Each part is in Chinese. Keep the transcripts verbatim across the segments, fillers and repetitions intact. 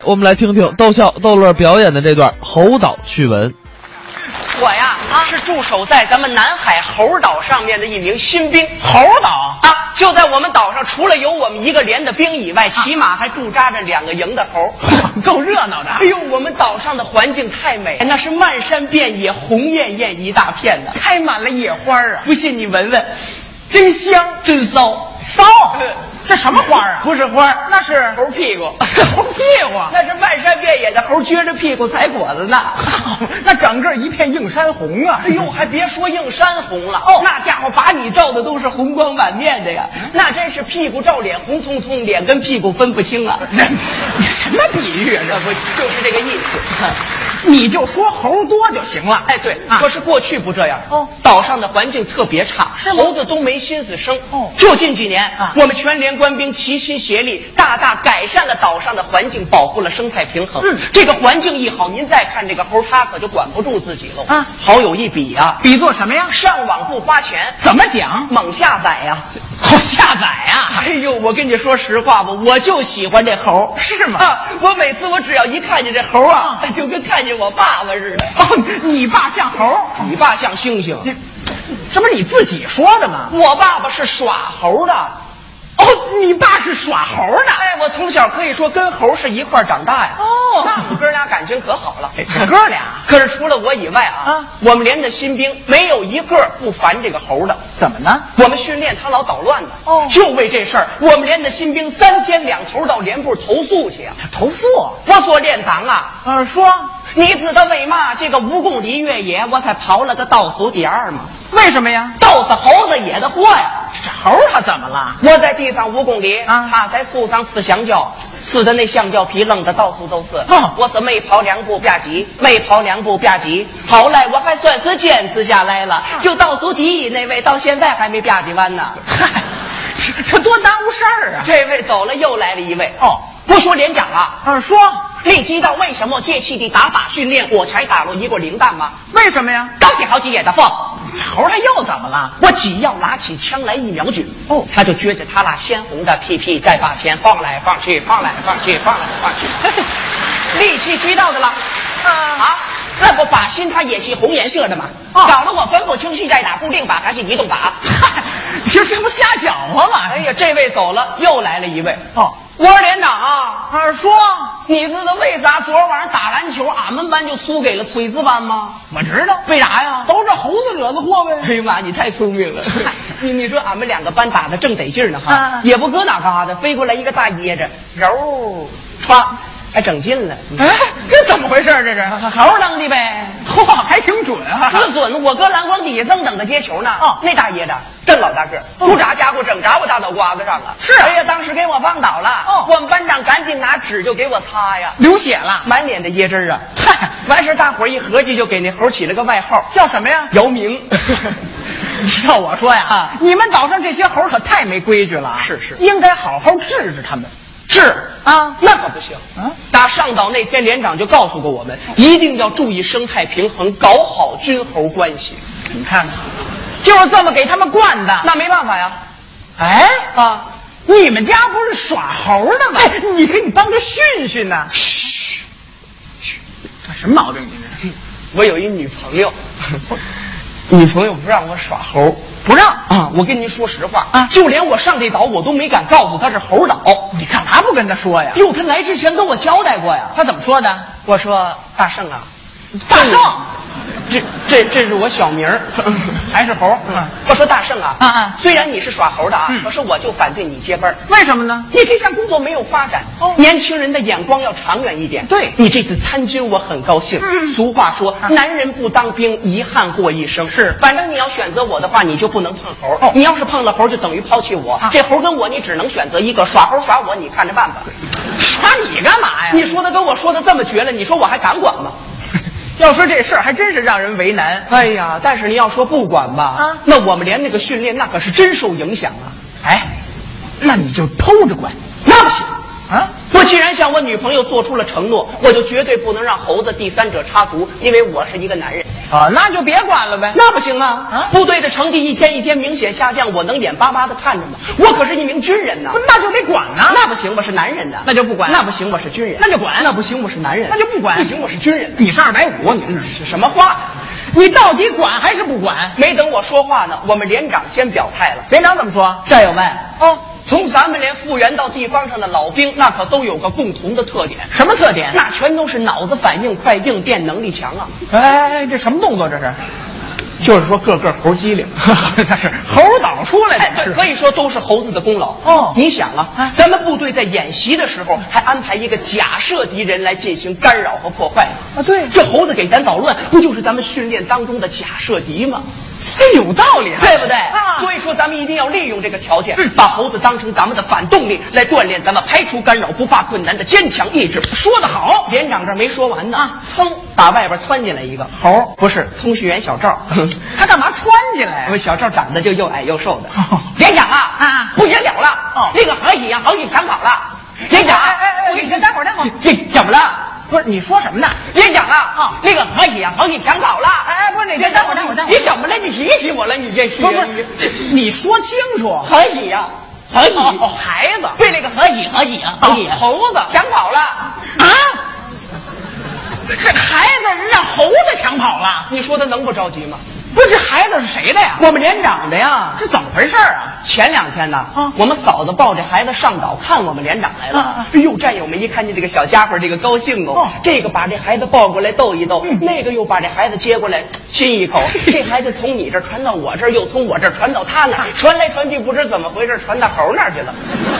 我们来听听逗笑逗乐表演的这段猴岛趣闻。 我呀啊是驻守在咱们南海猴岛上面的一名新兵。 猴岛啊，就在我们岛上，除了有我们一个连的兵以外，起码还驻扎着两个营的猴， 够热闹的。 哎呦，我们岛上的环境太美，那是漫山遍野，红艳艳一大片的， 开满了野花啊！ 不信你闻闻，真香，真骚骚。这什么花啊？ 不是花， 那是猴屁股。 猴屁股， 那是漫山遍野的猴撅着屁股采果子呢。 那整个一片映山红啊！ 哎呦，还别说映山红了哦，那家伙把你照的都是红光满面的呀，那真是屁股照脸红彤彤，脸跟屁股分不清啊。 你什么比喻啊？ 这不就是这个意思？ 你就说猴多就行了。 哎，对， 啊、 可是过去不这样哦， 岛上的环境特别差， 是吗？ 猴子都没心思生。 哦， 就近几年啊， 我们全连官兵齐心协力，大大改善了岛上的环境，保护了生态平衡。 嗯， 这个环境一好，您再看这个猴，它可就管不住自己喽。 啊， 好有一比啊！ 比做什么呀？ 上网不花钱， 怎么讲？ 猛下载呀！ 好下载呀！ 哎呦，我跟你说实话吧，我就喜欢这猴。 是吗？ 啊，我每次我只要一看见这猴啊，就跟看见我爸爸似的。 哦，你爸像猴， 你爸像猩猩， 这这不是你自己说的吗？ 我爸爸是耍猴的。 哦，你爸是耍猴的。 哎，我从小可以说跟猴是一块长大呀。 哦， 那我哥俩感情可好了。 哥俩， 可是除了我以外啊， 啊我们连的新兵没有一个不烦这个猴的。 怎么呢？ 我们训练他老捣乱呢。 哦， 就为这事儿，我们连的新兵三天两头到连部投诉去啊。 投诉？ 我说连长啊， 呃，说你知道为嘛这个五公里越野我才跑了个倒数第二吗？ 为什么呀？ 都是猴子野的祸呀！ 这猴他怎么了？ 我在地上五公里啊， 他在树上吃香蕉，吃的那香蕉皮扔的到处都是。 哦， 我是没跑两步吧唧，没跑两步吧唧。后来我还算是坚持下来了，就倒数第一那位到现在还没吧唧完呢。 嗨，这多耽误事儿啊！ 这位走了，又来了一位。 哦， 不说连长啊， 啊，说你知道为什么这期的打靶训练我才打了一个零弹吗？ 为什么呀？ 高兴好几夜的放。 猴他又怎么了？ 我只要拿起枪来一瞄准， 哦， 他就撅着他那鲜红的屁屁在把钱放来放去，放来放去，放来放去，力气知道的了。 啊啊，那不靶心它也是红颜色的吗？ 哦， 搞得我分不清是在打固定靶还是移动靶。 嗨，你说这不瞎搅和吗？ 哎呀，这位走了，又来了一位。 哦， 我说连长啊， 啊，说你知道为啥昨晚上打篮球俺们班就输给了炊事班吗？ 我知道， 为啥呀？ 都是猴子惹的祸呗。 哎呀妈，你太聪明了！你你说俺们两个班打的正得劲儿呢哈， 啊、 也不搁哪嘎达，飞过来一个大椰子，揉，歘，还整进了。 哎，这怎么回事？这是猴扔的呗。 嚯，还挺准啊！ 是准，我搁篮筐底下正等着接球呢。 哦， 那大椰子真老大个，不扎家伙整扎我大脑瓜子上了。 是、 啊，哎呀，当时给我放倒了。 哦， 我们班长赶紧拿纸就给我擦呀， 流血了， 满脸的椰汁儿啊。嗨，完事大伙一合计就给那猴起了个外号， 叫什么呀？ 姚明。 要我说呀， 啊， 你们岛上这些猴可太没规矩了啊！ 是是， 应该好好治治他们。 治啊， 那可不行啊！ 打上岛那天，连长就告诉过我们，一定要注意生态平衡，搞好军猴关系。 你看看，就是这么给他们惯的。 那没办法呀。 哎啊， 你们家不是耍猴的吗？哎，你可以帮着训训呐。嘘，嘘，什么毛病你这？ 我有一女朋友，女朋友不让我耍猴。 不让啊！我跟您说实话啊， 就连我上这岛，我都没敢告诉他是猴岛。 你干嘛不跟他说呀？ 哟，他来之前跟我交代过呀。 他怎么说的？ 我说大圣啊， 大圣， 这这这是我小名儿，还是猴。 嗯， 我说大圣啊， 啊啊， 虽然你是耍猴的啊， 嗯， 可是我就反对你接班。 为什么呢？ 你这项工作没有发展。 哦， 年轻人的眼光要长远一点。 对， 你这次参军我很高兴。 嗯， 俗话说， 啊， 男人不当兵，遗憾过一生。 是， 反正你要选择我的话，你就不能碰猴。 哦， 你要是碰了猴，就等于抛弃我。 啊， 这猴跟我，你只能选择一个，耍猴耍我，你看着办吧。 耍你干嘛呀？ 你说的跟我说的这么绝了，你说我还敢管吗？ 要说这事儿还真是让人为难。 哎呀，但是你要说不管吧， 啊， 那我们连那个训练那可是真受影响啊。 哎，那你就偷着管， 那不行啊！ 我既然向我女朋友做出了承诺，我就绝对不能让猴子第三者插足，因为我是一个男人啊，那就别管了呗。 那不行啊！ 啊， 部队的成绩一天一天明显下降，我能眼巴巴的看着吗？我可是一名军人呐， 那就得管呐。 那不行，我是男人的， 那就不管。 那不行，我是军人， 那就管。 那不行，我是男人， 那就不管。 不行，我是军人。 你是二百五，你这是什么话？ 你到底管还是不管？ 没等我说话呢，我们连长先表态了。 连长怎么说？ 战友们， 哦， 从咱们连复员到地方上的老兵，那可都有个共同的特点。 什么特点？ 那全都是脑子反应快，应变能力强啊！ 哎，这什么动作？这是？ 就是说个个猴机灵， 那是猴导出来的， 哎，可以说都是猴子的功劳。 哦， 你想啊，啊咱们部队在演习的时候还安排一个假设敌人来进行干扰和破坏啊。对， 这猴子给咱捣乱，不就是咱们训练当中的假设敌吗？ 这有道理， 对不对？ 啊， 所以说咱们一定要利用这个条件，嗯、把猴子当成咱们的反动力，来锻炼咱们排除干扰、不怕困难的坚强意志。 说得好， 连长这没说完呢， 啊， 噌，打外边窜进来一个猴， 不是通讯员小赵， 他干嘛窜进来？ 因为小赵长得就又矮又瘦的。哦、连长啊啊， 不得了了！ 哦， 那个何喜呀，何喜抢跑了。连长， 哎哎哎，我给你待会儿，待会儿， 这怎么了？ 不是你说什么呢？ 连长啊，啊，那个何喜呀，何喜抢跑了。 哎哎，不是你这待会儿，待会儿，待会儿， 你怎么了？你提醒我了？你这是不是？你说清楚。 何喜呀，何喜， 哦，孩子， 对，那个何喜，何喜啊，何喜， 猴子抢跑了啊！这孩子让猴子抢跑了， 你说他能不着急吗？ 不是，这孩子是谁的呀？ 我们连长的呀。 这怎么回事啊？ 前两天呢，啊，我们嫂子抱着孩子上岛看我们连长来了。啊、哎呦，战友们一看见这个小家伙，这个高兴哦。哦这个把这孩子抱过来逗一逗，嗯、那个又把这孩子接过来亲一口。这孩子从你这儿传到我这儿，又从我这儿传到他那儿，传来传去，不知怎么回事，传到猴那儿去了。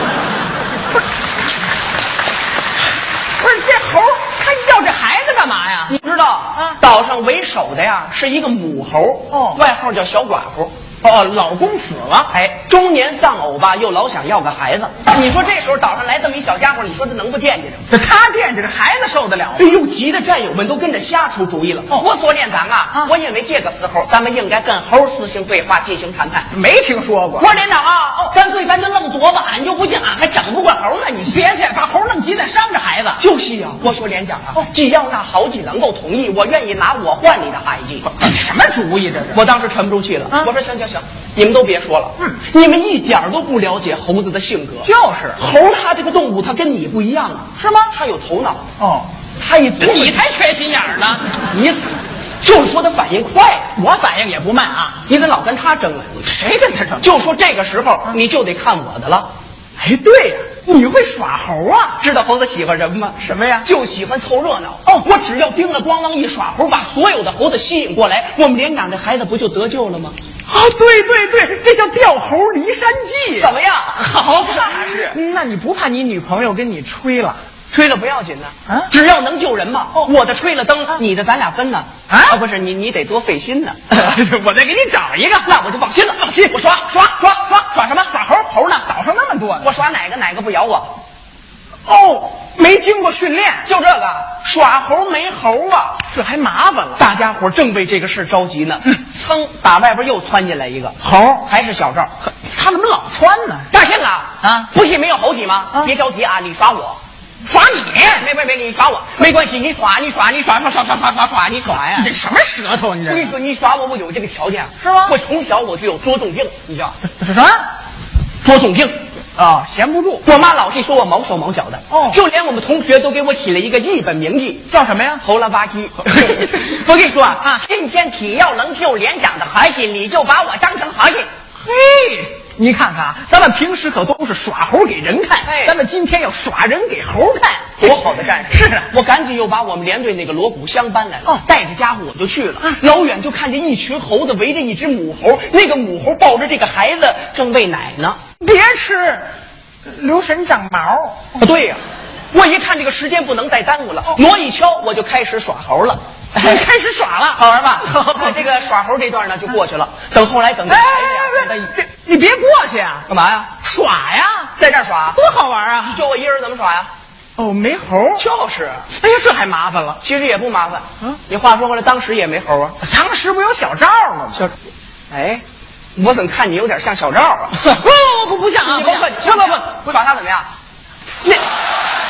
不是这猴，他要这孩子干嘛呀？ 你知道啊？岛上为首的呀是一个母猴， 哦， 外号叫小寡妇。 哦，老公死了， 哎，中年丧偶吧，又老想要个孩子。你说这时候岛上来这么一小家伙，你说他能不惦记着？ 这他惦记着，孩子受得了吗？ 哎呦，急的战友们都跟着瞎出主意了。哦，我说连长啊，啊我认为这个时候咱们应该跟猴私行对话，进行谈判。 没听说过。 我说连长啊，哦，干脆咱就愣作吧，俺就不信俺还整不过猴呢。你别去，把猴弄急了，伤着孩子。 就是呀、啊，我说连长啊，哦，只要那豪记能够同意，我愿意拿我换你的孩子。 什么主意这是？ 我当时沉不住气了，啊、我说行行行，你们都别说了， 嗯， 你们一点都不了解猴子的性格。 就是猴，它这个动物，它跟你不一样啊， 是吗？ 它有头脑哦， 它一你才缺心眼呢， 你就是说它反应快， 我反应也不慢啊， 你怎么老跟他争啊？ 谁跟他争？ 就说这个时候、啊、你就得看我的了。 哎，对呀、啊，你会耍猴啊？ 知道猴子喜欢什么吗？ 什么呀？ 就喜欢凑热闹。哦，我只要叮了咣啷一耍猴，把所有的猴子吸引过来，我们连长这孩子不就得救了吗？ 啊，对对对，这叫钓猴离山计。 怎么样？好怕是。 那你不怕你女朋友跟你吹了？ 吹了不要紧呢， 啊， 只要能救人嘛。哦，我的吹了灯，啊、你的咱俩分呢。 啊， 啊不是你，你得多费心呢。 我再给你找一个， 那我就放心了。 放心， 我耍耍耍耍耍什么？ 耍猴猴呢？岛上那么多， 我耍哪个哪个不咬我？ 哦，没经过训练， 就这个耍猴没猴啊， 这还麻烦了。 大家伙正为这个事着急呢。嗯，噌，打外边又窜进来一个猴， 还是小赵。 他怎么老窜呢？ 大庆啊啊， 不信没有猴急吗？ 啊、 别着急啊，你耍我。 耍你？ 没没没，你耍我没关系，你耍你耍你耍耍耍耍耍耍耍，你耍呀！ 你这什么舌头？你这？ 我跟你说，你耍我，我有这个条件， 是吗？ 我从小我就有多动症，你知道？ 是什么？ 多动症啊，闲不住。 我妈老是说我毛手毛脚的， 哦， 就连我们同学都给我起了一个日本名字， 叫什么呀？ 猴了吧唧。我跟你说啊，今天体要能救连长的孩子，你就把我当成孩子。 嘿。你看看啊，咱们平时可都是耍猴给人看， 哎， 咱们今天要耍人给猴看， 多好的战士！ 是啊， 我赶紧又把我们连队那个锣鼓箱搬来了， 哦， 带着家伙我就去了。啊，老远就看见一群猴子围着一只母猴，那个母猴抱着这个孩子正喂奶呢。 别吃，留神长毛。 啊，对呀、啊，我一看这个时间不能再耽误了，锣、哦、一敲我就开始耍猴了。 你开始耍了， 好玩吧？这个耍猴这段呢就过去了。等后来等这，哎哎哎，你别过去啊！ 干嘛呀？ 耍呀， 在这儿耍， 多好玩啊！ 就我一人怎么耍呀？ 哦，没猴， 就是。 哎呀，这还麻烦了。 其实也不麻烦。 嗯， 你话说回来，当时也没猴啊。 当时不有小赵吗？ 小，哎，我怎么看你有点像小赵啊？ 不不不不像啊！ 你甭客气，不不不，不耍他怎么样？那。